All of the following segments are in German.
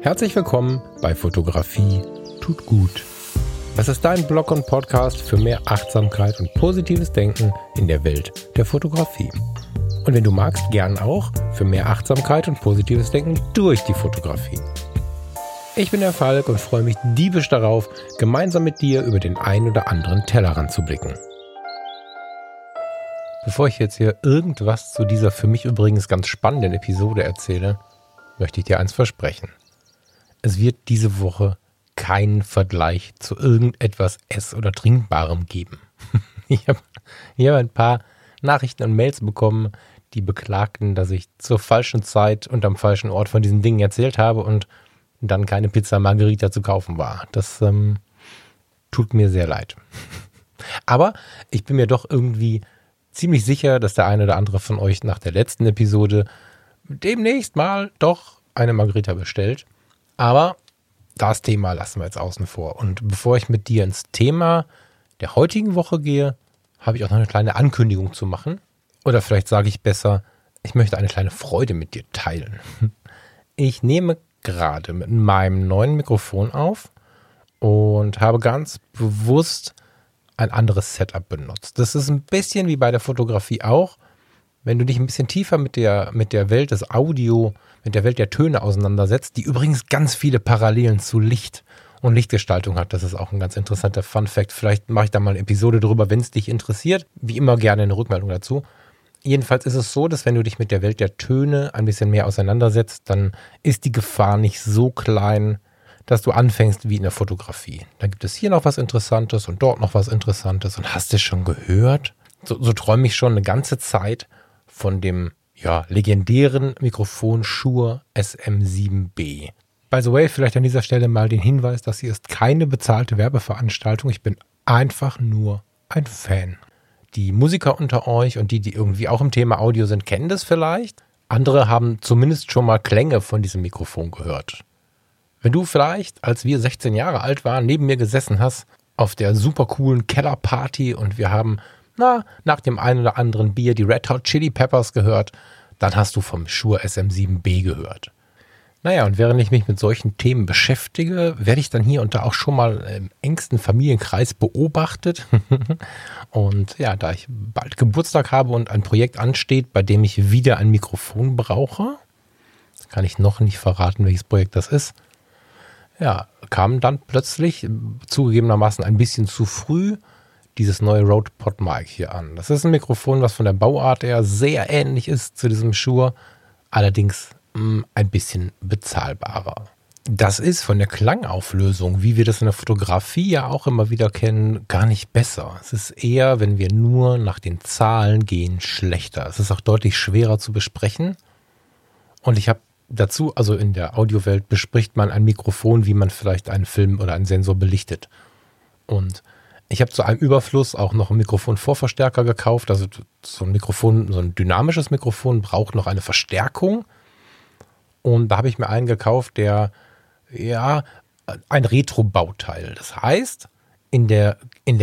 Herzlich willkommen bei Fotografie tut gut. Das ist dein Blog und Podcast für mehr Achtsamkeit und positives Denken in der Welt der Fotografie. Und wenn du magst, gern auch für mehr Achtsamkeit und positives Denken durch die Fotografie. Ich bin der Falk und freue mich diebisch darauf, gemeinsam mit dir über den ein oder anderen Tellerrand zu blicken. Bevor ich jetzt hier irgendwas zu dieser für mich übrigens ganz spannenden Episode erzähle, möchte ich dir eins versprechen. Es wird diese Woche keinen Vergleich zu irgendetwas Ess- oder Trinkbarem geben. Ich habe ein paar Nachrichten und Mails bekommen, die beklagten, dass ich zur falschen Zeit und am falschen Ort von diesen Dingen erzählt habe und dann keine Pizza Margherita zu kaufen war. Das tut mir sehr leid. Aber ich bin mir doch irgendwie ziemlich sicher, dass der eine oder andere von euch nach der letzten Episode demnächst mal doch eine Margherita bestellt. Aber das Thema lassen wir jetzt außen vor. Und bevor ich mit dir ins Thema der heutigen Woche gehe, habe ich auch noch eine kleine Ankündigung zu machen. Oder vielleicht sage ich besser, ich möchte eine kleine Freude mit dir teilen. Ich nehme gerade mit meinem neuen Mikrofon auf und habe ganz bewusst ein anderes Setup benutzt. Das ist ein bisschen wie bei der Fotografie auch. Wenn du dich ein bisschen tiefer mit der Welt des Audio, mit der Welt der Töne auseinandersetzt, die übrigens ganz viele Parallelen zu Licht und Lichtgestaltung hat. Das ist auch ein ganz interessanter Fun-Fact. Vielleicht mache ich da mal eine Episode drüber, wenn es dich interessiert. Wie immer gerne eine Rückmeldung dazu. Jedenfalls ist es so, dass wenn du dich mit der Welt der Töne ein bisschen mehr auseinandersetzt, dann ist die Gefahr nicht so klein, dass du anfängst wie in der Fotografie. Dann gibt es hier noch was Interessantes und dort noch was Interessantes. Und hast du es schon gehört? So träume ich schon eine ganze Zeit von dem legendären Mikrofon Shure SM7B. By the way, vielleicht an dieser Stelle mal den Hinweis, das hier ist keine bezahlte Werbeveranstaltung. Ich bin einfach nur ein Fan. Die Musiker unter euch und die irgendwie auch im Thema Audio sind, kennen das vielleicht. Andere haben zumindest schon mal Klänge von diesem Mikrofon gehört. Wenn du vielleicht, als wir 16 Jahre alt waren, neben mir gesessen hast, auf der super coolen Kellerparty und wir haben nach dem einen oder anderen Bier die Red Hot Chili Peppers gehört, dann hast du vom Shure SM7B gehört. Naja, und während ich mich mit solchen Themen beschäftige, werde ich dann hier und da auch schon mal im engsten Familienkreis beobachtet. Und ja, da ich bald Geburtstag habe und ein Projekt ansteht, bei dem ich wieder ein Mikrofon brauche, kann ich noch nicht verraten, welches Projekt das ist, ja, kam dann plötzlich, zugegebenermaßen ein bisschen zu früh, dieses neue Rode PodMic hier an. Das ist ein Mikrofon, was von der Bauart her sehr ähnlich ist zu diesem Shure, allerdings ein bisschen bezahlbarer. Das ist von der Klangauflösung, wie wir das in der Fotografie ja auch immer wieder kennen, gar nicht besser. Es ist eher, wenn wir nur nach den Zahlen gehen, schlechter. Es ist auch deutlich schwerer zu besprechen. Und ich habe dazu, also in der Audiowelt bespricht man ein Mikrofon, wie man vielleicht einen Film oder einen Sensor belichtet. Und ich habe zu einem Überfluss auch noch einen Mikrofonvorverstärker gekauft. Also so ein Mikrofon, so ein dynamisches Mikrofon braucht noch eine Verstärkung. Und da habe ich mir einen gekauft, der ein Retro-Bauteil. Das heißt, in der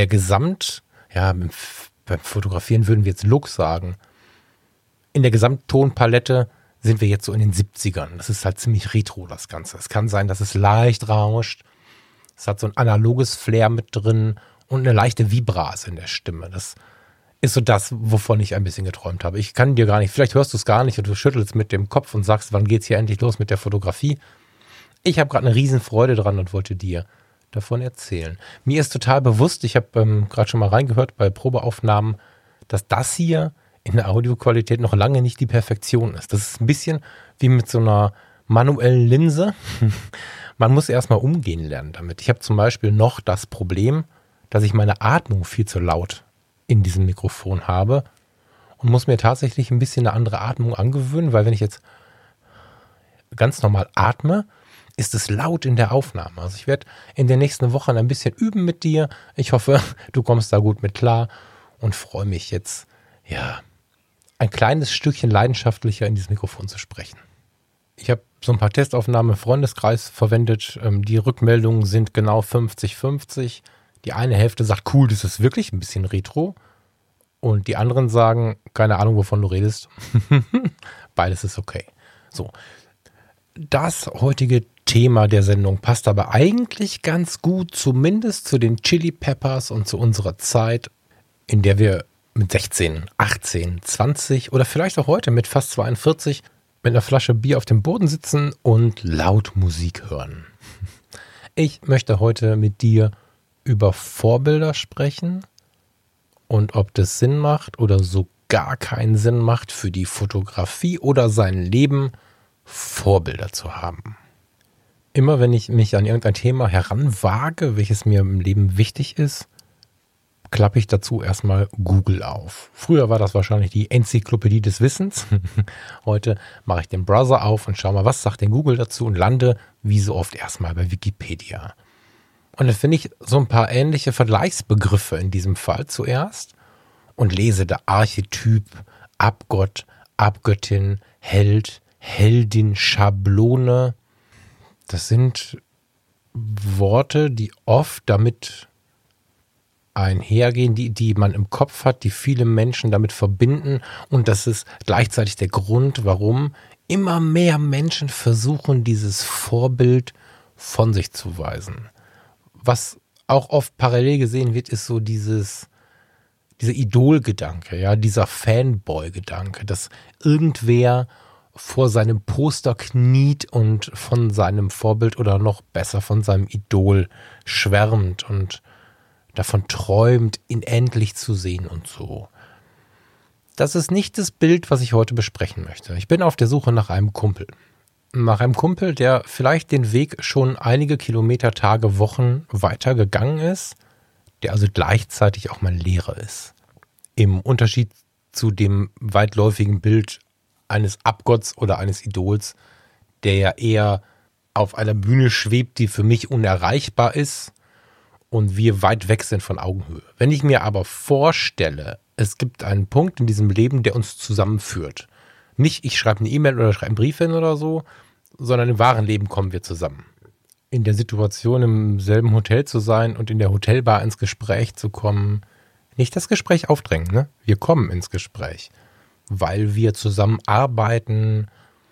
beim Fotografieren würden wir jetzt Look sagen. In der Gesamttonpalette sind wir jetzt so in den 70ern. Das ist halt ziemlich retro, das Ganze. Es kann sein, dass es leicht rauscht. Es hat so ein analoges Flair mit drin und eine leichte Vibrase in der Stimme. Das ist so das, wovon ich ein bisschen geträumt habe. Ich kann dir gar nicht, vielleicht hörst du es gar nicht und du schüttelst mit dem Kopf und sagst, wann geht's hier endlich los mit der Fotografie? Ich habe gerade eine riesen Freude dran und wollte dir davon erzählen. Mir ist total bewusst, ich habe gerade schon mal reingehört bei Probeaufnahmen, dass das hier in der Audioqualität noch lange nicht die Perfektion ist. Das ist ein bisschen wie mit so einer manuellen Linse. Man muss erstmal umgehen lernen damit. Ich habe zum Beispiel noch das Problem, dass ich meine Atmung viel zu laut in diesem Mikrofon habe und muss mir tatsächlich ein bisschen eine andere Atmung angewöhnen, weil wenn ich jetzt ganz normal atme, ist es laut in der Aufnahme. Also ich werde in den nächsten Wochen ein bisschen üben mit dir. Ich hoffe, du kommst da gut mit klar und freue mich jetzt, ein kleines Stückchen leidenschaftlicher in dieses Mikrofon zu sprechen. Ich habe so ein paar Testaufnahmen im Freundeskreis verwendet. Die Rückmeldungen sind genau 50-50. Die eine Hälfte sagt, cool, das ist wirklich ein bisschen retro. Und die anderen sagen, keine Ahnung, wovon du redest. Beides ist okay. So, das heutige Thema der Sendung, passt aber eigentlich ganz gut, zumindest zu den Chili Peppers und zu unserer Zeit, in der wir mit 16, 18, 20 oder vielleicht auch heute mit fast 42 mit einer Flasche Bier auf dem Boden sitzen und laut Musik hören. Ich möchte heute mit dir über Vorbilder sprechen und ob das Sinn macht oder so gar keinen Sinn macht für die Fotografie oder sein Leben, Vorbilder zu haben. Immer wenn ich mich an irgendein Thema heranwage, welches mir im Leben wichtig ist, klappe ich dazu erstmal Google auf. Früher war das wahrscheinlich die Enzyklopädie des Wissens. Heute mache ich den Browser auf und schaue mal, was sagt denn Google dazu und lande wie so oft erstmal bei Wikipedia. Und dann finde ich so ein paar ähnliche Vergleichsbegriffe in diesem Fall zuerst und lese da Archetyp, Abgott, Abgöttin, Held, Heldin, Schablone. Das sind Worte, die oft damit einhergehen, die man im Kopf hat, die viele Menschen damit verbinden. Und das ist gleichzeitig der Grund, warum immer mehr Menschen versuchen, dieses Vorbild von sich zu weisen. Was auch oft parallel gesehen wird, ist so dieser Idolgedanke, ja, dieser Fanboy-Gedanke, dass irgendwer vor seinem Poster kniet und von seinem Vorbild oder noch besser von seinem Idol schwärmt und davon träumt, ihn endlich zu sehen und so. Das ist nicht das Bild, was ich heute besprechen möchte. Ich bin auf der Suche nach einem Kumpel. Nach einem Kumpel, der vielleicht den Weg schon einige Kilometer, Tage, Wochen weiter gegangen ist, der also gleichzeitig auch mein Lehrer ist. Im Unterschied zu dem weitläufigen Bild eines Abgotts oder eines Idols, der ja eher auf einer Bühne schwebt, die für mich unerreichbar ist und wir weit weg sind von Augenhöhe. Wenn ich mir aber vorstelle, es gibt einen Punkt in diesem Leben, der uns zusammenführt. Nicht, ich schreibe eine E-Mail oder schreibe einen Brief hin oder so, sondern im wahren Leben kommen wir zusammen. In der Situation, im selben Hotel zu sein und in der Hotelbar ins Gespräch zu kommen, nicht das Gespräch aufdrängen, ne? Wir kommen ins Gespräch, weil wir zusammen arbeiten,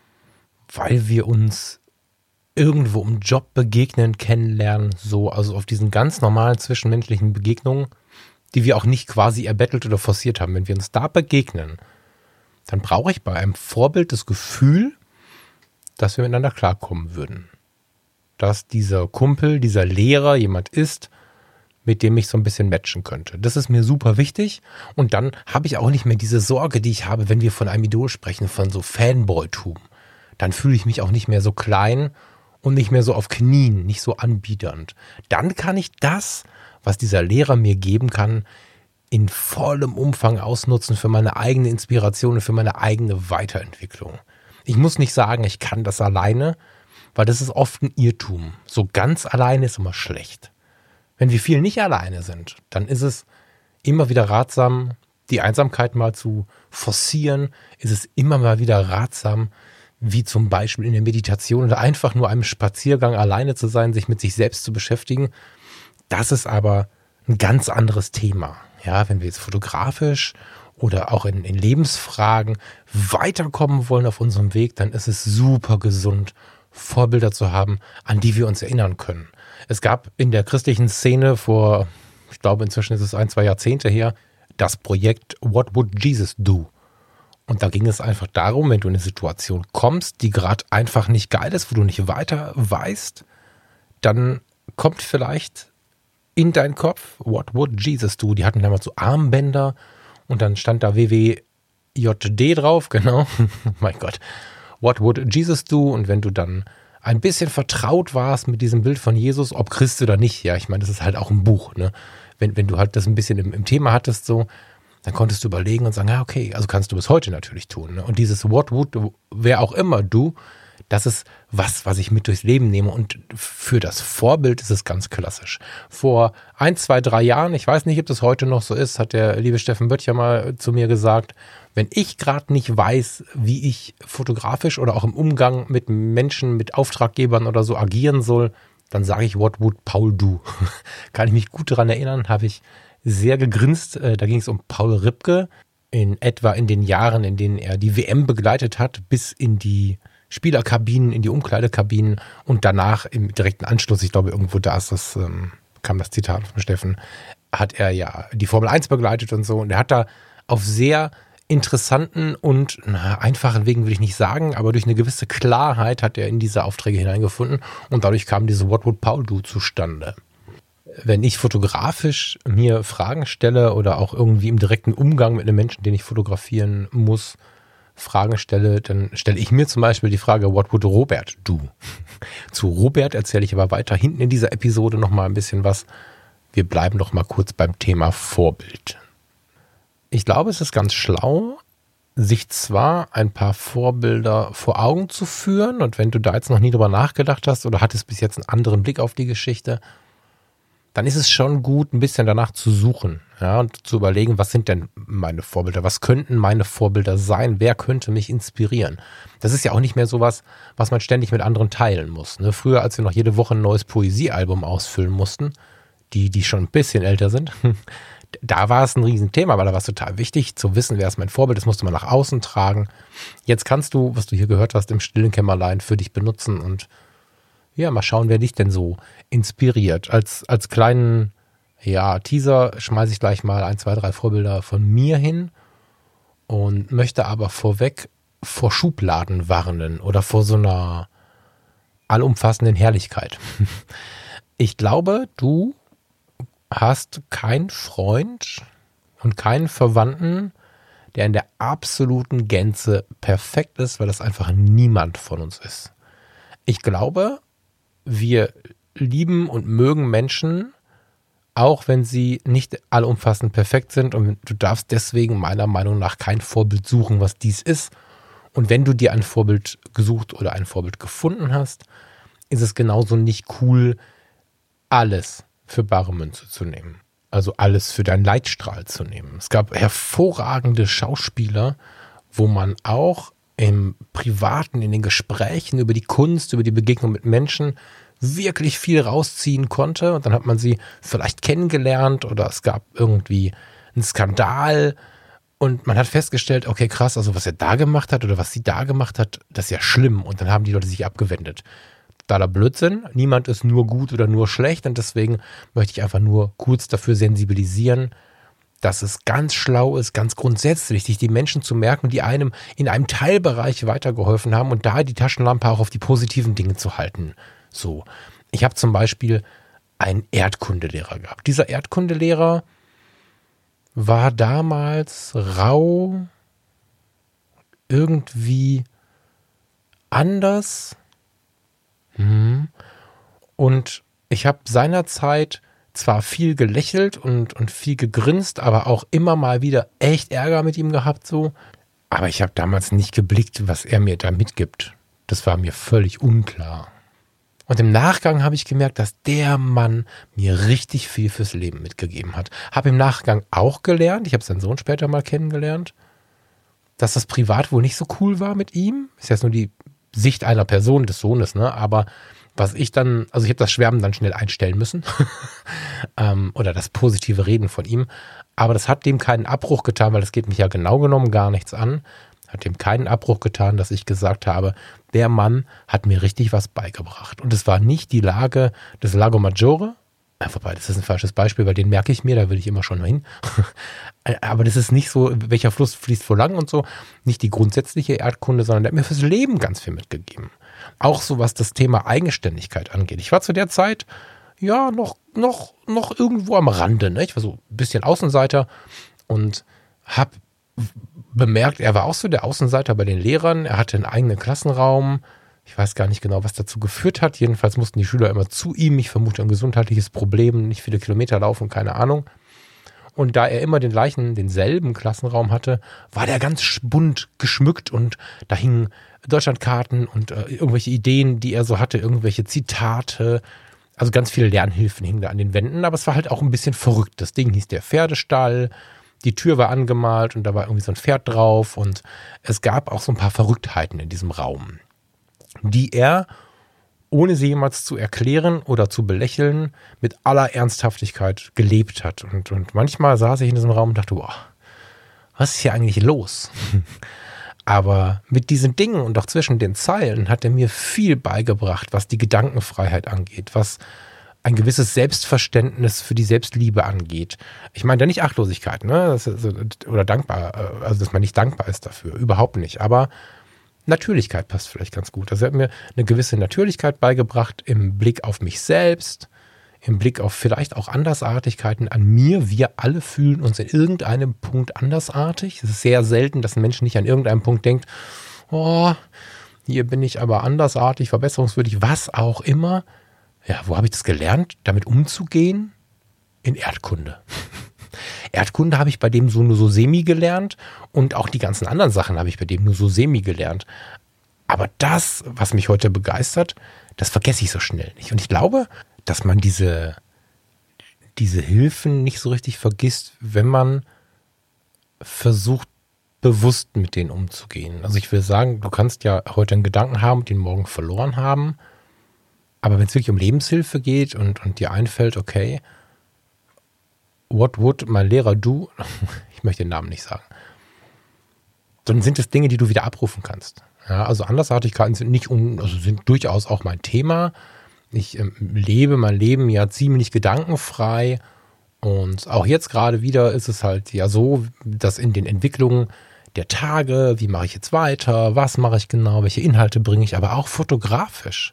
weil wir uns irgendwo im Job begegnen, kennenlernen, so, also auf diesen ganz normalen zwischenmenschlichen Begegnungen, die wir auch nicht quasi erbettelt oder forciert haben. Wenn wir uns da begegnen, dann brauche ich bei einem Vorbild das Gefühl, dass wir miteinander klarkommen würden. Dass dieser Kumpel, dieser Lehrer jemand ist, mit dem ich so ein bisschen matchen könnte. Das ist mir super wichtig und dann habe ich auch nicht mehr diese Sorge, die ich habe, wenn wir von einem Idol sprechen, von so Fanboytum. Dann fühle ich mich auch nicht mehr so klein und nicht mehr so auf Knien, nicht so anbiedernd. Dann kann ich das, was dieser Lehrer mir geben kann, in vollem Umfang ausnutzen für meine eigene Inspiration und für meine eigene Weiterentwicklung. Ich muss nicht sagen, ich kann das alleine, weil das ist oft ein Irrtum. So ganz alleine ist immer schlecht. Wenn wir viel nicht alleine sind, dann ist es immer wieder ratsam, die Einsamkeit mal zu forcieren. Ist es immer mal wieder ratsam, wie zum Beispiel in der Meditation oder einfach nur einem Spaziergang alleine zu sein, sich mit sich selbst zu beschäftigen. Das ist aber ein ganz anderes Thema. Ja, wenn wir jetzt fotografisch oder auch in Lebensfragen weiterkommen wollen auf unserem Weg, dann ist es super gesund, Vorbilder zu haben, an die wir uns erinnern können. Es gab in der christlichen Szene vor, ich glaube inzwischen ist es 1-2 Jahrzehnte her, das Projekt What Would Jesus Do? Und da ging es einfach darum, wenn du in eine Situation kommst, die gerade einfach nicht geil ist, wo du nicht weiter weißt, dann kommt vielleicht in deinen Kopf, What Would Jesus Do? Die hatten damals so Armbänder und dann stand da WWJD drauf, genau, mein Gott, What Would Jesus Do? Und wenn du dann ein bisschen vertraut warst mit diesem Bild von Jesus, ob Christ oder nicht, ja, ich meine, das ist halt auch ein Buch, ne? Wenn du halt das ein bisschen im Thema hattest, so, dann konntest du überlegen und sagen, ja, okay, also kannst du bis heute natürlich tun, ne? Und dieses What would, wer auch immer du, das ist was ich mit durchs Leben nehme und für das Vorbild ist es ganz klassisch. Vor 1, 2, 3 Jahren, ich weiß nicht, ob das heute noch so ist, hat der liebe Steffen Böttcher mal zu mir gesagt, wenn ich gerade nicht weiß, wie ich fotografisch oder auch im Umgang mit Menschen, mit Auftraggebern oder so agieren soll, dann sage ich, what would Paul do? Kann ich mich gut daran erinnern, habe ich sehr gegrinst. Da ging es um Paul Ripke, in etwa in den Jahren, in denen er die WM begleitet hat, bis in die Spielerkabinen, in die Umkleidekabinen und danach im direkten Anschluss, ich glaube irgendwo da ist das, kam das Zitat von Steffen, hat er ja die Formel 1 begleitet und so und er hat da auf sehr interessanten und einfachen Wegen will ich nicht sagen, aber durch eine gewisse Klarheit hat er in diese Aufträge hineingefunden und dadurch kam diese What Would Paul Do zustande. Wenn ich fotografisch mir Fragen stelle oder auch irgendwie im direkten Umgang mit einem Menschen, den ich fotografieren muss, Fragen stelle, dann stelle ich mir zum Beispiel die Frage, what would Robert do? Zu Robert erzähle ich aber weiter hinten in dieser Episode nochmal ein bisschen was. Wir bleiben noch mal kurz beim Thema Vorbild. Ich glaube, es ist ganz schlau, sich zwar ein paar Vorbilder vor Augen zu führen und wenn du da jetzt noch nie drüber nachgedacht hast oder hattest bis jetzt einen anderen Blick auf die Geschichte, dann ist es schon gut, ein bisschen danach zu suchen, ja, und zu überlegen, was sind denn meine Vorbilder? Was könnten meine Vorbilder sein? Wer könnte mich inspirieren? Das ist ja auch nicht mehr sowas, was man ständig mit anderen teilen muss. Ne? Früher, als wir noch jede Woche ein neues Poesiealbum ausfüllen mussten, die schon ein bisschen älter sind, da war es ein Riesenthema, weil da war es total wichtig zu wissen, wer ist mein Vorbild, das musste man nach außen tragen. Jetzt kannst du, was du hier gehört hast, im stillen Kämmerlein für dich benutzen und ja, mal schauen, wer dich denn so inspiriert. Als kleinen Teaser schmeiße ich gleich mal 1, 2, 3 Vorbilder von mir hin und möchte aber vorweg vor Schubladen warnen oder vor so einer allumfassenden Herrlichkeit. Ich glaube, du hast keinen Freund und keinen Verwandten, der in der absoluten Gänze perfekt ist, weil das einfach niemand von uns ist. Ich glaube, wir lieben und mögen Menschen, auch wenn sie nicht allumfassend perfekt sind und du darfst deswegen meiner Meinung nach kein Vorbild suchen, was dies ist. Und wenn du dir ein Vorbild gesucht oder ein Vorbild gefunden hast, ist es genauso nicht cool, alles für bare Münze zu nehmen. Also alles für deinen Leitstrahl zu nehmen. Es gab hervorragende Schauspieler, wo man auch im Privaten, in den Gesprächen über die Kunst, über die Begegnung mit Menschen wirklich viel rausziehen konnte. Und dann hat man sie vielleicht kennengelernt oder es gab irgendwie einen Skandal und man hat festgestellt, okay, krass, also was er da gemacht hat oder was sie da gemacht hat, das ist ja schlimm. Und dann haben die Leute sich abgewendet. Totaler Blödsinn. Niemand ist nur gut oder nur schlecht und deswegen möchte ich einfach nur kurz dafür sensibilisieren, dass es ganz schlau ist, ganz grundsätzlich, sich die Menschen zu merken, die einem in einem Teilbereich weitergeholfen haben und da die Taschenlampe auch auf die positiven Dinge zu halten. So, ich habe zum Beispiel einen Erdkundelehrer gehabt. Dieser Erdkundelehrer war damals rau, irgendwie anders. Und ich habe seinerzeit zwar viel gelächelt und viel gegrinst, aber auch immer mal wieder echt Ärger mit ihm gehabt so. Aber ich habe damals nicht geblickt, was er mir da mitgibt. Das war mir völlig unklar. Und im Nachgang habe ich gemerkt, dass der Mann mir richtig viel fürs Leben mitgegeben hat. Habe im Nachgang auch gelernt, ich habe seinen Sohn später mal kennengelernt, dass das privat wohl nicht so cool war mit ihm. Ist jetzt nur die Sicht einer Person, des Sohnes, ne? Aber was ich dann, also ich habe das Schwärmen dann schnell einstellen müssen oder das positive Reden von ihm, aber das hat dem keinen Abbruch getan, weil das geht mich ja genau genommen gar nichts an, hat dem keinen Abbruch getan, dass ich gesagt habe, der Mann hat mir richtig was beigebracht und es war nicht die Lage des Lago Maggiore, wobei das ist ein falsches Beispiel, weil den merke ich mir, da will ich immer schon hin, aber das ist nicht so, welcher Fluss fließt wo lang und so, nicht die grundsätzliche Erdkunde, sondern der hat mir fürs Leben ganz viel mitgegeben. Auch so, was das Thema Eigenständigkeit angeht. Ich war zu der Zeit ja noch irgendwo am Rande. Ne? Ich war so ein bisschen Außenseiter und habe bemerkt, er war auch so der Außenseiter bei den Lehrern. Er hatte einen eigenen Klassenraum. Ich weiß gar nicht genau, was dazu geführt hat. Jedenfalls mussten die Schüler immer zu ihm. Ich vermute ein gesundheitliches Problem, nicht viele Kilometer laufen, keine Ahnung. Und da er immer denselben Klassenraum hatte, war der ganz bunt geschmückt und da hingen Deutschlandkarten und irgendwelche Ideen, die er so hatte, irgendwelche Zitate. Also ganz viele Lernhilfen hingen da an den Wänden, aber es war halt auch ein bisschen verrückt. Das Ding hieß der Pferdestall, die Tür war angemalt und da war irgendwie so ein Pferd drauf und es gab auch so ein paar Verrücktheiten in diesem Raum, die er, ohne sie jemals zu erklären oder zu belächeln, mit aller Ernsthaftigkeit gelebt hat. Und manchmal saß ich in diesem Raum und dachte, boah, was ist hier eigentlich los? Aber mit diesen Dingen und auch zwischen den Zeilen hat er mir viel beigebracht, was die Gedankenfreiheit angeht, was ein gewisses Selbstverständnis für die Selbstliebe angeht. Ich meine da nicht Achtlosigkeit, ne? Oder dankbar, also dass man nicht dankbar ist dafür, überhaupt nicht. Aber Natürlichkeit passt vielleicht ganz gut. Also er hat mir eine gewisse Natürlichkeit beigebracht im Blick auf mich selbst, im Blick auf vielleicht auch Andersartigkeiten an mir. Wir alle fühlen uns in irgendeinem Punkt andersartig. Es ist sehr selten, dass ein Mensch nicht an irgendeinem Punkt denkt, oh, hier bin ich aber andersartig, verbesserungswürdig, was auch immer. Ja, wo habe ich das gelernt, damit umzugehen? In Erdkunde. Erdkunde habe ich bei dem nur so semi gelernt und auch die ganzen anderen Sachen habe ich bei dem nur so semi gelernt. Aber das, was mich heute begeistert, das vergesse ich so schnell nicht. Und ich glaube, dass man diese Hilfen nicht so richtig vergisst, wenn man versucht, bewusst mit denen umzugehen. Also ich will sagen, du kannst ja heute einen Gedanken haben und den morgen verloren haben, aber wenn es wirklich um Lebenshilfe geht und dir einfällt, okay, what would my Lehrer do? Ich möchte den Namen nicht sagen. Dann sind es Dinge, die du wieder abrufen kannst. Ja, also Andersartigkeiten sind durchaus auch mein Thema. Ich lebe mein Leben ja ziemlich gedankenfrei und auch jetzt gerade wieder ist es halt ja so, dass in den Entwicklungen der Tage, wie mache ich jetzt weiter, was mache ich genau, welche Inhalte bringe ich, aber auch fotografisch.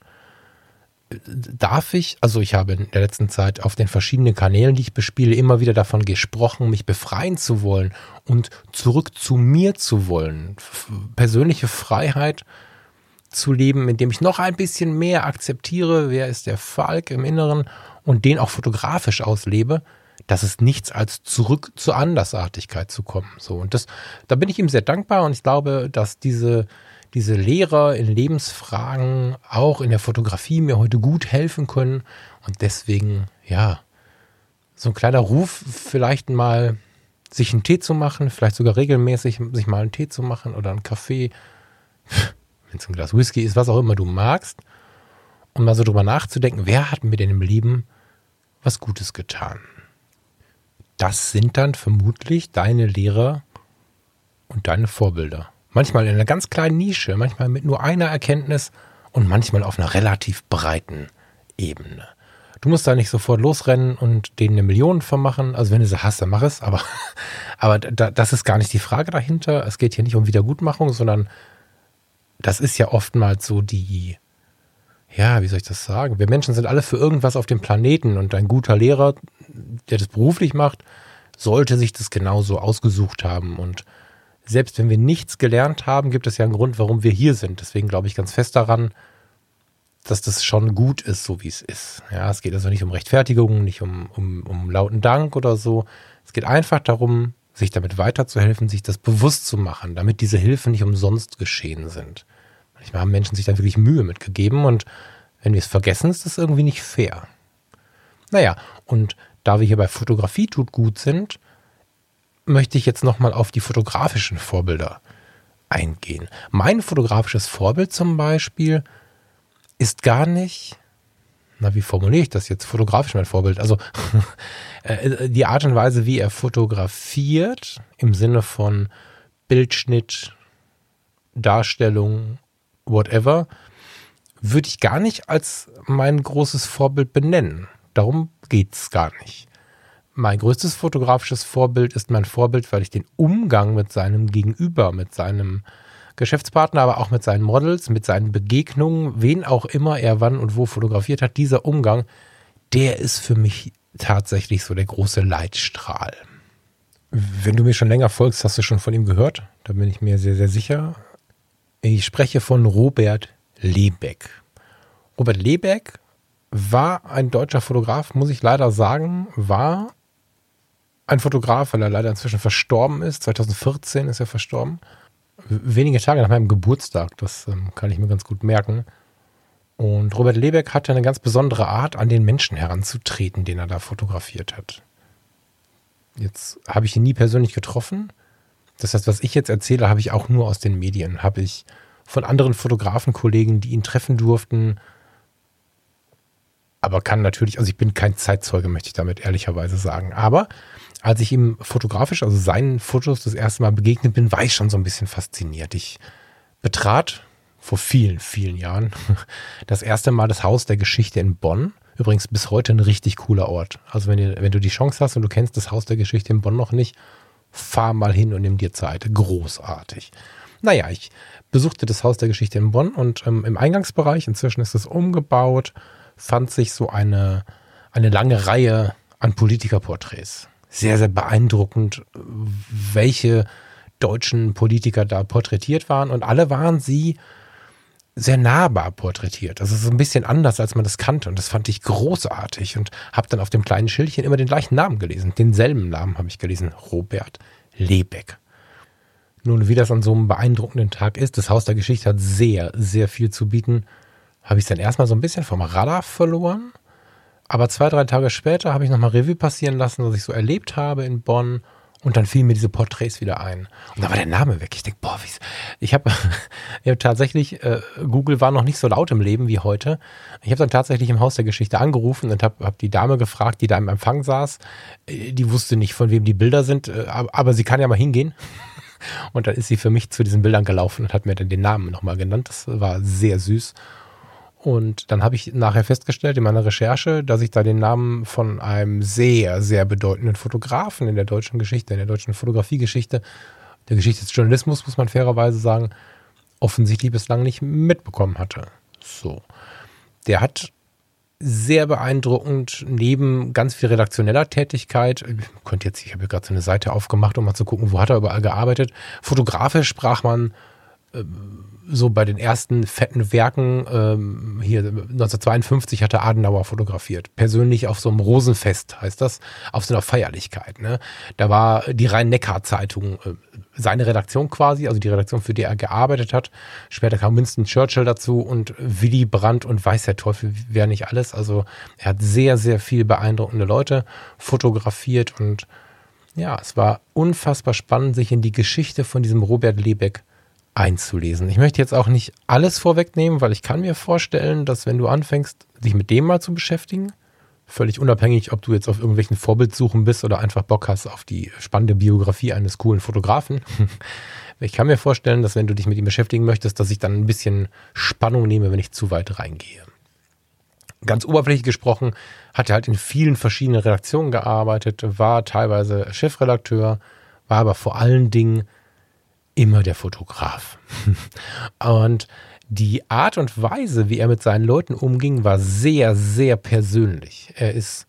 Ich habe in der letzten Zeit auf den verschiedenen Kanälen, die ich bespiele, immer wieder davon gesprochen, mich befreien zu wollen und zurück zu mir zu wollen. Persönliche Freiheit zu leben, indem ich noch ein bisschen mehr akzeptiere, wer ist der Falk im Inneren und den auch fotografisch auslebe, dass es nichts als zurück zur Andersartigkeit zu kommen. So, und da bin ich ihm sehr dankbar und ich glaube, dass diese Lehrer in Lebensfragen auch in der Fotografie mir heute gut helfen können und deswegen, ja, so ein kleiner Ruf, vielleicht mal sich einen Tee zu machen, vielleicht sogar regelmäßig sich mal einen Tee zu machen oder einen Kaffee, wenn es ein Glas Whisky ist, was auch immer du magst, und mal so drüber nachzudenken, wer hat mir denn im Leben was Gutes getan? Das sind dann vermutlich deine Lehrer und deine Vorbilder. Manchmal in einer ganz kleinen Nische, manchmal mit nur einer Erkenntnis und manchmal auf einer relativ breiten Ebene. Du musst da nicht sofort losrennen und denen 1 Million vermachen. Also wenn du sie hast, dann mach es. Aber das ist gar nicht die Frage dahinter. Es geht hier nicht um Wiedergutmachung, sondern das ist ja oftmals so wie soll ich das sagen? Wir Menschen sind alle für irgendwas auf dem Planeten und ein guter Lehrer, der das beruflich macht, sollte sich das genauso ausgesucht haben. Und selbst wenn wir nichts gelernt haben, gibt es ja einen Grund, warum wir hier sind. Deswegen glaube ich ganz fest daran, dass das schon gut ist, so wie es ist. Ja, es geht also nicht um Rechtfertigung, nicht um lauten Dank oder so. Es geht einfach darum, sich damit weiterzuhelfen, sich das bewusst zu machen, damit diese Hilfen nicht umsonst geschehen sind. Manchmal haben Menschen sich da wirklich Mühe mitgegeben und wenn wir es vergessen, ist das irgendwie nicht fair. Naja, und da wir hier bei Fotografie tut gut sind, möchte ich jetzt nochmal auf die fotografischen Vorbilder eingehen. Mein fotografisches Vorbild zum Beispiel ist gar nicht, wie formuliere ich das jetzt, fotografisch mein Vorbild? Also die Art und Weise, wie er fotografiert, im Sinne von Bildschnitt, Darstellung, whatever, würde ich gar nicht als mein großes Vorbild benennen. Darum geht's gar nicht. Mein größtes fotografisches Vorbild ist mein Vorbild, weil ich den Umgang mit seinem Gegenüber, mit seinem Geschäftspartner, aber auch mit seinen Models, mit seinen Begegnungen, wen auch immer er wann und wo fotografiert hat, dieser Umgang, der ist für mich tatsächlich so der große Leitstrahl. Wenn du mir schon länger folgst, hast du schon von ihm gehört. Da bin ich mir sehr, sehr sicher. Ich spreche von Robert Lebeck. Robert Lebeck war ein deutscher Fotograf, muss ich leider sagen, war ein Fotograf, weil er leider inzwischen verstorben ist. 2014 ist er verstorben. Wenige Tage nach meinem Geburtstag, das kann ich mir ganz gut merken. Und Robert Lebeck hatte eine ganz besondere Art, an den Menschen heranzutreten, den er da fotografiert hat. Jetzt habe ich ihn nie persönlich getroffen. Das heißt, was ich jetzt erzähle, habe ich auch nur aus den Medien. Habe ich von anderen Fotografenkollegen, die ihn treffen durften. Aber kann natürlich, also ich bin kein Zeitzeuge, möchte ich damit ehrlicherweise sagen. Aber Als ich ihm fotografisch, also seinen Fotos das erste Mal begegnet bin, war ich schon so ein bisschen fasziniert. Ich betrat vor vielen, vielen Jahren das erste Mal das Haus der Geschichte in Bonn. Übrigens bis heute ein richtig cooler Ort. Also wenn du die Chance hast und du kennst das Haus der Geschichte in Bonn noch nicht, fahr mal hin und nimm dir Zeit. Großartig. Naja, ich besuchte das Haus der Geschichte in Bonn und im Eingangsbereich, inzwischen ist es umgebaut, fand sich so eine lange Reihe an Politikerporträts. Sehr, sehr beeindruckend, welche deutschen Politiker da porträtiert waren. Und alle waren sie sehr nahbar porträtiert. Also so ein bisschen anders, als man das kannte. Und das fand ich großartig. Und habe dann auf dem kleinen Schildchen immer den gleichen Namen gelesen. Denselben Namen habe ich gelesen. Robert Lebeck. Nun, wie das an so einem beeindruckenden Tag ist, das Haus der Geschichte hat sehr, sehr viel zu bieten, habe ich es dann erstmal so ein bisschen vom Radar verloren. Aber 2-3 Tage später habe ich nochmal Revue passieren lassen, was ich so erlebt habe in Bonn. Und dann fielen mir diese Porträts wieder ein. Und da war der Name weg. Ich denke, boah, ich habe tatsächlich, Google war noch nicht so laut im Leben wie heute. Ich habe dann tatsächlich im Haus der Geschichte angerufen und hab die Dame gefragt, die da im Empfang saß. Die wusste nicht, von wem die Bilder sind, aber sie kann ja mal hingehen. Und dann ist sie für mich zu diesen Bildern gelaufen und hat mir dann den Namen nochmal genannt. Das war sehr süß. Und dann habe ich nachher festgestellt in meiner Recherche, dass ich da den Namen von einem sehr, sehr bedeutenden Fotografen in der deutschen Geschichte, in der deutschen Fotografiegeschichte, der Geschichte des Journalismus, muss man fairerweise sagen, offensichtlich bislang nicht mitbekommen hatte. So. Der hat sehr beeindruckend neben ganz viel redaktioneller Tätigkeit, ich habe hier gerade so eine Seite aufgemacht, um mal zu gucken, wo hat er überall gearbeitet. Fotografisch sprach man so bei den ersten fetten Werken, hier 1952 hat er Adenauer fotografiert. Persönlich auf so einem Rosenfest, heißt das, auf so einer Feierlichkeit. Ne? Da war die Rhein-Neckar-Zeitung, seine Redaktion quasi, also die Redaktion, für die er gearbeitet hat. Später kam Winston Churchill dazu und Willy Brandt und weiß der Teufel, wer nicht alles. Also er hat sehr, sehr viel beeindruckende Leute fotografiert und ja, es war unfassbar spannend, sich in die Geschichte von diesem Robert Lebeck einzulesen. Ich möchte jetzt auch nicht alles vorwegnehmen, weil ich kann mir vorstellen, dass wenn du anfängst, dich mit dem mal zu beschäftigen, völlig unabhängig, ob du jetzt auf irgendwelchen Vorbildsuchen bist oder einfach Bock hast auf die spannende Biografie eines coolen Fotografen. Ich kann mir vorstellen, dass wenn du dich mit ihm beschäftigen möchtest, dass ich dann ein bisschen Spannung nehme, wenn ich zu weit reingehe. Ganz oberflächlich gesprochen hat er halt in vielen verschiedenen Redaktionen gearbeitet, war teilweise Chefredakteur, war aber vor allen Dingen immer der Fotograf. Und die Art und Weise, wie er mit seinen Leuten umging, war sehr, sehr persönlich. Er ist,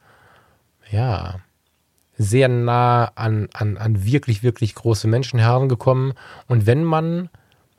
ja, sehr nah an wirklich, wirklich große Menschen herangekommen. Und wenn man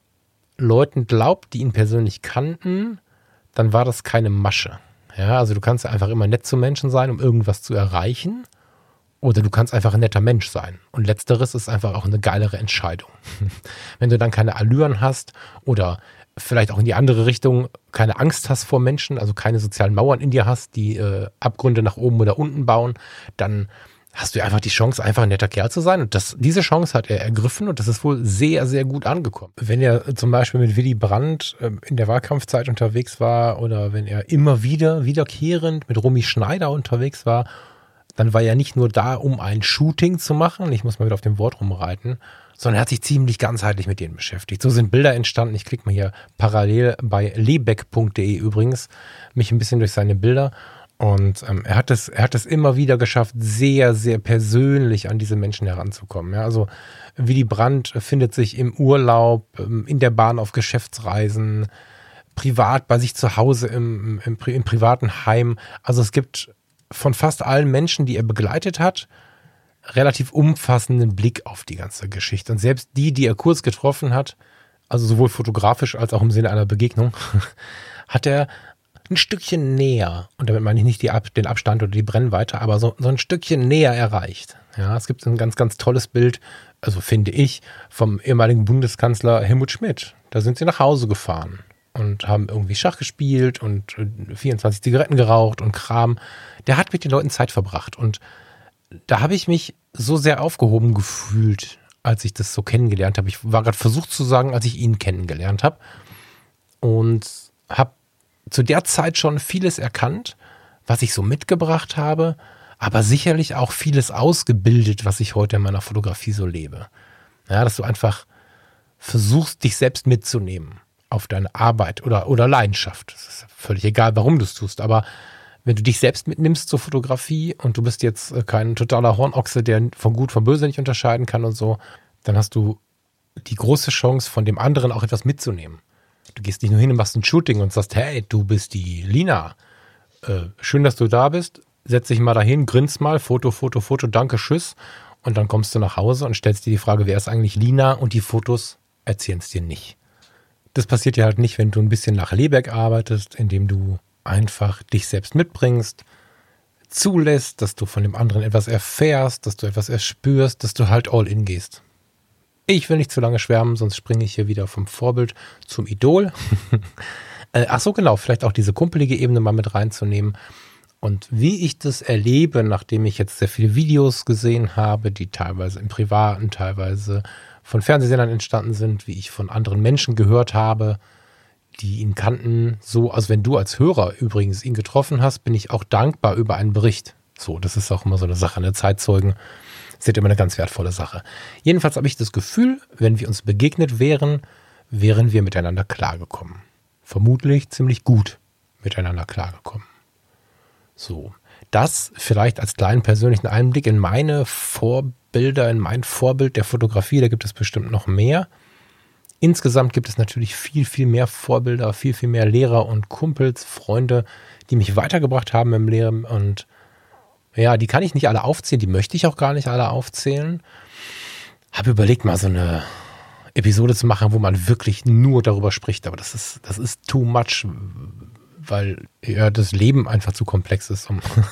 Leuten glaubt, die ihn persönlich kannten, dann war das keine Masche. Ja, also du kannst einfach immer nett zu Menschen sein, um irgendwas zu erreichen. Oder du kannst einfach ein netter Mensch sein. Und letzteres ist einfach auch eine geilere Entscheidung. Wenn du dann keine Allüren hast oder vielleicht auch in die andere Richtung keine Angst hast vor Menschen, also keine sozialen Mauern in dir hast, die Abgründe nach oben oder unten bauen, dann hast du einfach die Chance, einfach ein netter Kerl zu sein. Und diese Chance hat er ergriffen und das ist wohl sehr, sehr gut angekommen. Wenn er zum Beispiel mit Willy Brandt in der Wahlkampfzeit unterwegs war oder wenn er immer wiederkehrend mit Romy Schneider unterwegs war, dann war er nicht nur da, um ein Shooting zu machen, ich muss mal wieder auf dem Wort rumreiten, sondern er hat sich ziemlich ganzheitlich mit denen beschäftigt. So sind Bilder entstanden. Ich klicke mal hier parallel bei lebeck.de übrigens mich ein bisschen durch seine Bilder. Und er hat es immer wieder geschafft, sehr, sehr persönlich an diese Menschen heranzukommen. Ja, also Willy Brandt findet sich im Urlaub, in der Bahn auf Geschäftsreisen, privat bei sich zu Hause im privaten Heim. Also es gibt von fast allen Menschen, die er begleitet hat, relativ umfassenden Blick auf die ganze Geschichte. Und selbst die er kurz getroffen hat, also sowohl fotografisch als auch im Sinne einer Begegnung, hat er ein Stückchen näher, und damit meine ich nicht den Abstand oder die Brennweite, aber so ein Stückchen näher erreicht. Ja, es gibt ein ganz, ganz tolles Bild, also finde ich, vom ehemaligen Bundeskanzler Helmut Schmidt. Da sind sie nach Hause gefahren und haben irgendwie Schach gespielt und 24 Zigaretten geraucht und Kram. Der hat mit den Leuten Zeit verbracht und da habe ich mich so sehr aufgehoben gefühlt, als ich das so kennengelernt habe. Ich war gerade versucht zu sagen, als ich ihn kennengelernt habe und habe zu der Zeit schon vieles erkannt, was ich so mitgebracht habe, aber sicherlich auch vieles ausgebildet, was ich heute in meiner Fotografie so lebe. Ja, dass du einfach versuchst, dich selbst mitzunehmen auf deine Arbeit oder Leidenschaft. Es ist völlig egal, warum du es tust, aber wenn du dich selbst mitnimmst zur Fotografie und du bist jetzt kein totaler Hornochse, der von Gut von Böse nicht unterscheiden kann und so, dann hast du die große Chance, von dem anderen auch etwas mitzunehmen. Du gehst nicht nur hin und machst ein Shooting und sagst, hey, du bist die Lina. Schön, dass du da bist. Setz dich mal dahin, grinst mal, Foto, danke, tschüss. Und dann kommst du nach Hause und stellst dir die Frage, wer ist eigentlich Lina? Und die Fotos erzählen es dir nicht. Das passiert ja halt nicht, wenn du ein bisschen nach Lehrberg arbeitest, indem du einfach dich selbst mitbringst, zulässt, dass du von dem anderen etwas erfährst, dass du etwas erspürst, dass du halt all in gehst. Ich will nicht zu lange schwärmen, sonst springe ich hier wieder vom Vorbild zum Idol. Ach so, genau, vielleicht auch diese kumpelige Ebene mal mit reinzunehmen. Und wie ich das erlebe, nachdem ich jetzt sehr viele Videos gesehen habe, die teilweise im Privaten, teilweise von Fernsehsendern entstanden sind, wie ich von anderen Menschen gehört habe, die ihn kannten, so, also wenn du als Hörer übrigens ihn getroffen hast, bin ich auch dankbar über einen Bericht. So, das ist auch immer so eine Sache, eine Zeitzeugen. Das ist immer eine ganz wertvolle Sache. Jedenfalls habe ich das Gefühl, wenn wir uns begegnet wären, wären wir miteinander klargekommen. Vermutlich ziemlich gut miteinander klargekommen. So, das vielleicht als kleinen persönlichen Einblick in meine Vorbilder, in mein Vorbild der Fotografie, da gibt es bestimmt noch mehr. Insgesamt gibt es natürlich viel, viel mehr Vorbilder, viel, viel mehr Lehrer und Kumpels, Freunde, die mich weitergebracht haben im Leben. Und ja, die kann ich nicht alle aufzählen, die möchte ich auch gar nicht alle aufzählen. Habe überlegt, mal so eine Episode zu machen, wo man wirklich nur darüber spricht. Aber das ist too much, weil ja, das Leben einfach zu komplex ist,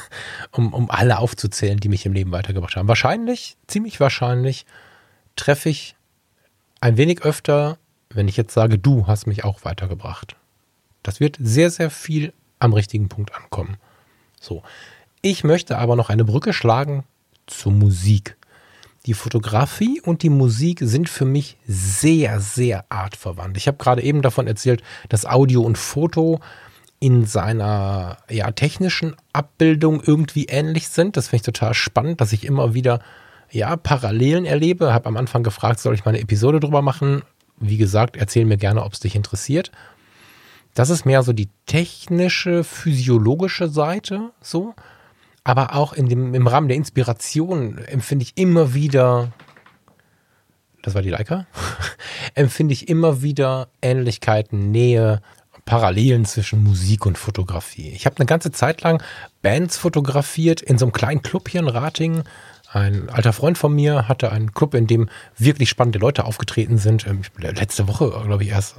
um alle aufzuzählen, die mich im Leben weitergebracht haben. Wahrscheinlich, ziemlich wahrscheinlich, treffe ich ein wenig öfter, wenn ich jetzt sage, du hast mich auch weitergebracht. Das wird sehr, sehr viel am richtigen Punkt ankommen. So. Ich möchte aber noch eine Brücke schlagen zur Musik. Die Fotografie und die Musik sind für mich sehr, sehr artverwandt. Ich habe gerade eben davon erzählt, dass Audio und Foto in seiner technischen Abbildung irgendwie ähnlich sind. Das finde ich total spannend, dass ich immer wieder Parallelen erlebe. Habe am Anfang gefragt, soll ich mal eine Episode drüber machen? Wie gesagt, erzähl mir gerne, ob es dich interessiert. Das ist mehr so die technische, physiologische Seite, so. Aber auch im Rahmen der Inspiration empfinde ich immer wieder, das war die Leica, empfinde ich immer wieder Ähnlichkeiten, Nähe, Parallelen zwischen Musik und Fotografie. Ich habe eine ganze Zeit lang Bands fotografiert in so einem kleinen Club hier in Ratingen. Ein alter Freund von mir hatte einen Club, in dem wirklich spannende Leute aufgetreten sind. Letzte Woche, glaube ich, erst.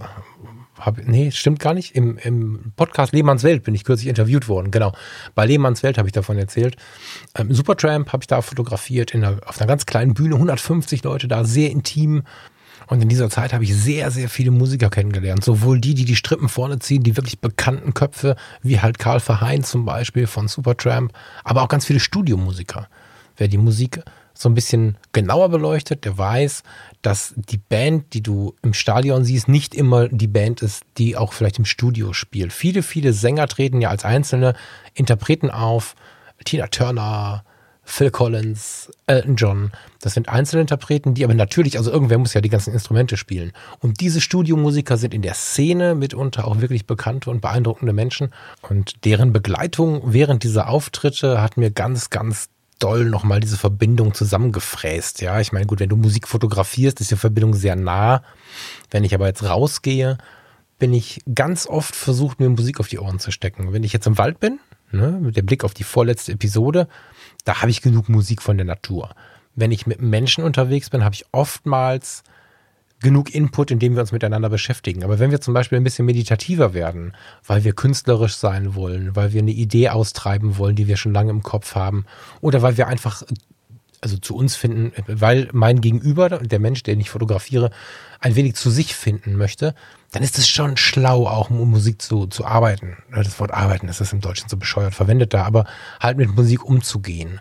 Stimmt gar nicht. Im Podcast Lehmanns Welt bin ich kürzlich interviewt worden. Genau. Bei Lehmanns Welt habe ich davon erzählt. Supertramp habe ich da fotografiert auf einer ganz kleinen Bühne. 150 Leute da, sehr intim. Und in dieser Zeit habe ich sehr, sehr viele Musiker kennengelernt. Sowohl die Strippen vorne ziehen, die wirklich bekannten Köpfe, wie halt Karl Verheyen zum Beispiel von Supertramp, aber auch ganz viele Studiomusiker. Wer die Musik so ein bisschen genauer beleuchtet, der weiß, dass die Band, die du im Stadion siehst, nicht immer die Band ist, die auch vielleicht im Studio spielt. Viele, viele Sänger treten ja als einzelne Interpreten auf. Tina Turner, Phil Collins, Elton John. Das sind Einzelinterpreten, die aber natürlich, also irgendwer muss ja die ganzen Instrumente spielen. Und diese Studiomusiker sind in der Szene mitunter auch wirklich bekannte und beeindruckende Menschen. Und deren Begleitung während dieser Auftritte hat mir ganz, ganz doll nochmal diese Verbindung zusammengefräst. Ja, ich meine, gut, wenn du Musik fotografierst, ist die Verbindung sehr nah. Wenn ich aber jetzt rausgehe, bin ich ganz oft versucht, mir Musik auf die Ohren zu stecken. Wenn ich jetzt im Wald bin, mit dem Blick auf die vorletzte Episode, da habe ich genug Musik von der Natur. Wenn ich mit Menschen unterwegs bin, habe ich oftmals genug Input, indem wir uns miteinander beschäftigen. Aber wenn wir zum Beispiel ein bisschen meditativer werden, weil wir künstlerisch sein wollen, weil wir eine Idee austreiben wollen, die wir schon lange im Kopf haben, oder weil wir einfach zu uns finden, weil mein Gegenüber, der Mensch, den ich fotografiere, ein wenig zu sich finden möchte, dann ist es schon schlau, auch um Musik zu arbeiten. Das Wort arbeiten, das ist im Deutschen so bescheuert verwendet da, aber halt mit Musik umzugehen.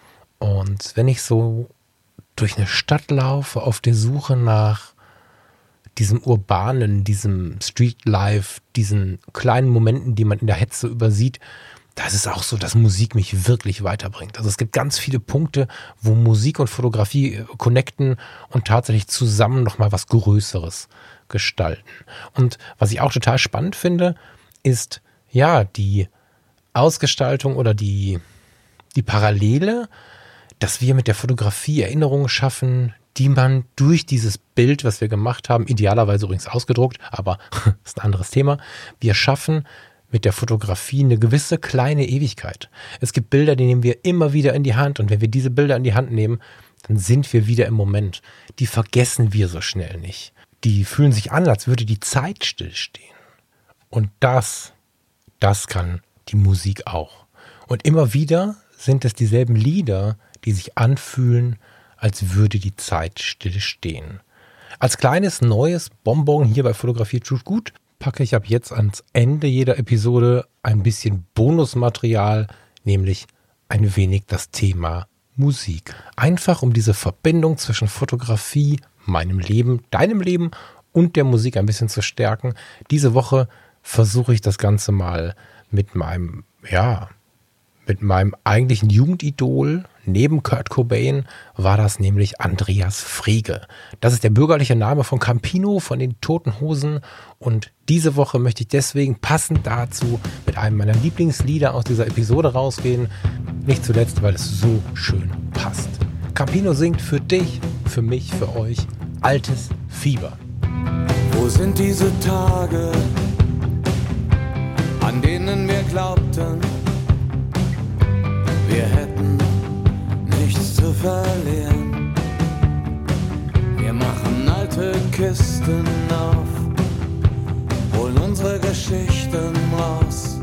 Und wenn ich so durch eine Stadt laufe, auf der Suche nach diesem Urbanen, diesem Streetlife, diesen kleinen Momenten, die man in der Hetze übersieht, das ist auch so, dass Musik mich wirklich weiterbringt. Also es gibt ganz viele Punkte, wo Musik und Fotografie connecten und tatsächlich zusammen nochmal was Größeres gestalten. Und was ich auch total spannend finde, ist ja die Ausgestaltung oder die Parallele, dass wir mit der Fotografie Erinnerungen schaffen, die man durch dieses Bild, was wir gemacht haben, idealerweise übrigens ausgedruckt, aber ist ein anderes Thema, wir schaffen mit der Fotografie eine gewisse kleine Ewigkeit. Es gibt Bilder, die nehmen wir immer wieder in die Hand und wenn wir diese Bilder in die Hand nehmen, dann sind wir wieder im Moment. Die vergessen wir so schnell nicht. Die fühlen sich an, als würde die Zeit stillstehen. Und das kann die Musik auch. Und immer wieder sind es dieselben Lieder, die sich anfühlen, als würde die Zeit stillstehen. Als kleines neues Bonbon hier bei Fotografie tut gut, packe ich ab jetzt ans Ende jeder Episode ein bisschen Bonusmaterial, nämlich ein wenig das Thema Musik. Einfach um diese Verbindung zwischen Fotografie, meinem Leben, deinem Leben und der Musik ein bisschen zu stärken. Diese Woche versuche ich das Ganze mal mit meinem eigentlichen Jugendidol. Neben Kurt Cobain war das nämlich Andreas Frege. Das ist der bürgerliche Name von Campino, von den Toten Hosen. Und diese Woche möchte ich deswegen passend dazu mit einem meiner Lieblingslieder aus dieser Episode rausgehen. Nicht zuletzt, weil es so schön passt. Campino singt für dich, für mich, für euch Altes Fieber. Wo sind diese Tage, an denen wir glaubten, wir hätten nichts zu verlieren? Wir machen alte Kisten auf, holen unsere Geschichten raus.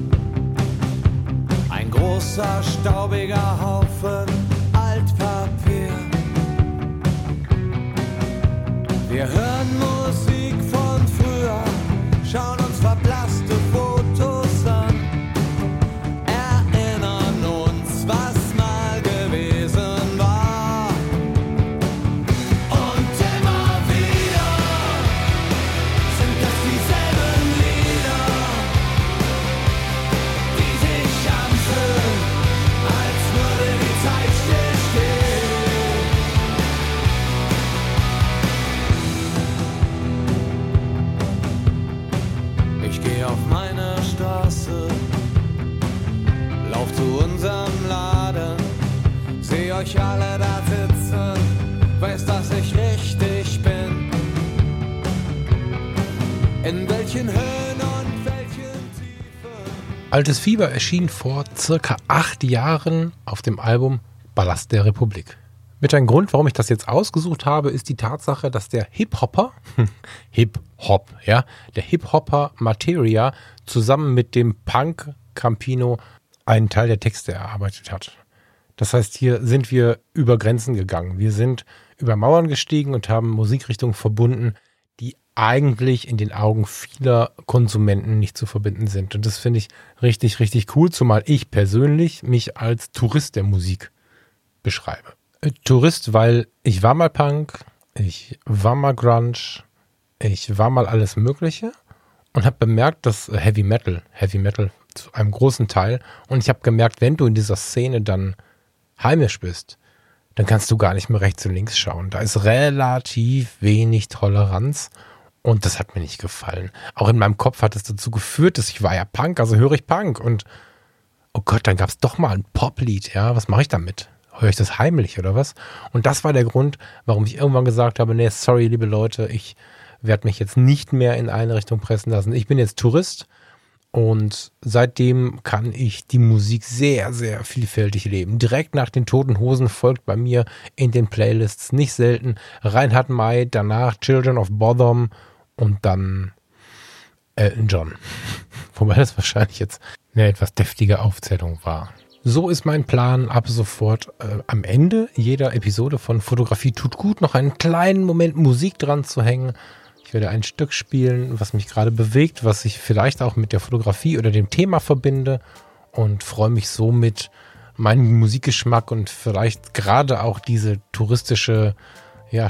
Ein großer, staubiger Haufen Altpapier. Wir hören Musik von früher, schauen uns verblasste Fotos an. Euch alle da sitzen, weiß, dass ich richtig bin. In welchen Höhen und welchen Tiefen. Altes Fieber erschien vor circa 8 Jahren auf dem Album Ballast der Republik. Mit einem Grund, warum ich das jetzt ausgesucht habe, ist die Tatsache, dass der Hip-Hopper Materia zusammen mit dem Punk Campino einen Teil der Texte erarbeitet hat. Das heißt, hier sind wir über Grenzen gegangen. Wir sind über Mauern gestiegen und haben Musikrichtungen verbunden, die eigentlich in den Augen vieler Konsumenten nicht zu verbinden sind. Und das finde ich richtig, richtig cool, zumal ich persönlich mich als Tourist der Musik beschreibe. Tourist, weil ich war mal Punk, ich war mal Grunge, ich war mal alles Mögliche und habe bemerkt, dass Heavy Metal zu einem großen Teil, und ich habe gemerkt, wenn du in dieser Szene dann heimisch bist, dann kannst du gar nicht mehr rechts und links schauen. Da ist relativ wenig Toleranz und das hat mir nicht gefallen. Auch in meinem Kopf hat es dazu geführt, dass ich war ja Punk, also höre ich Punk und oh Gott, dann gab es doch mal ein Poplied, ja, was mache ich damit? Höre ich das heimlich oder was? Und das war der Grund, warum ich irgendwann gesagt habe, nee, sorry, liebe Leute, ich werde mich jetzt nicht mehr in eine Richtung pressen lassen. Ich bin jetzt Tourist. Und seitdem kann ich die Musik sehr, sehr vielfältig leben. Direkt nach den Toten Hosen folgt bei mir in den Playlists nicht selten Reinhard May, danach Children of Bodom und dann Elton John. Wobei das wahrscheinlich jetzt eine etwas deftige Aufzählung war. So ist mein Plan, ab sofort am Ende jeder Episode von Fotografie tut gut noch einen kleinen Moment Musik dran zu hängen. Ich werde ein Stück spielen, was mich gerade bewegt, was ich vielleicht auch mit der Fotografie oder dem Thema verbinde und freue mich somit, meinen Musikgeschmack und vielleicht gerade auch diese touristische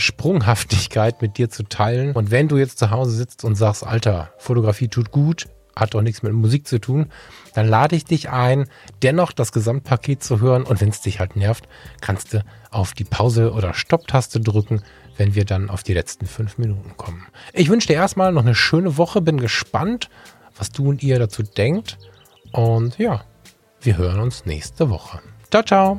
Sprunghaftigkeit mit dir zu teilen. Und wenn du jetzt zu Hause sitzt und sagst, Alter, Fotografie tut gut, hat doch nichts mit Musik zu tun, dann lade ich dich ein, dennoch das Gesamtpaket zu hören. Und wenn es dich halt nervt, kannst du auf die Pause- oder Stopptaste drücken, wenn wir dann auf die letzten 5 Minuten kommen. Ich wünsche dir erstmal noch eine schöne Woche, bin gespannt, was du und ihr dazu denkt. Und ja, wir hören uns nächste Woche. Ciao, ciao!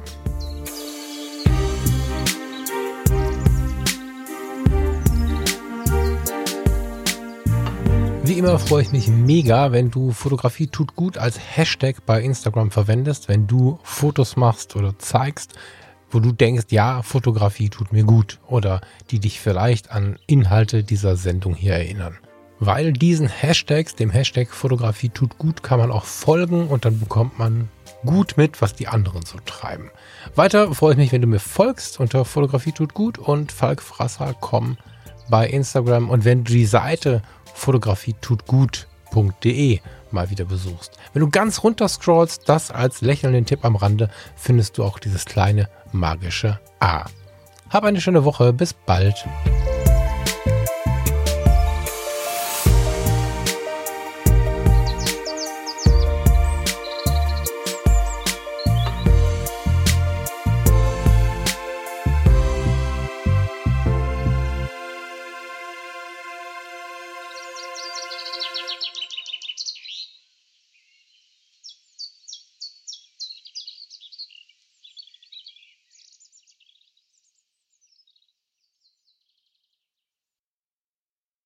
Wie immer freue ich mich mega, wenn du Fotografie tut gut als Hashtag bei Instagram verwendest, wenn du Fotos machst oder zeigst, wo du denkst, ja, Fotografie tut mir gut oder die dich vielleicht an Inhalte dieser Sendung hier erinnern. Weil diesen Hashtags, dem Hashtag Fotografie tut gut, kann man auch folgen und dann bekommt man gut mit, was die anderen so treiben. Weiter freue ich mich, wenn du mir folgst unter Fotografie tut gut und falkfrasser.com bei Instagram und wenn du die Seite fotografietutgut.de mal wieder besuchst. Wenn du ganz runter scrollst, das als lächelnden Tipp am Rande, findest du auch dieses kleine magische A. Hab eine schöne Woche, bis bald.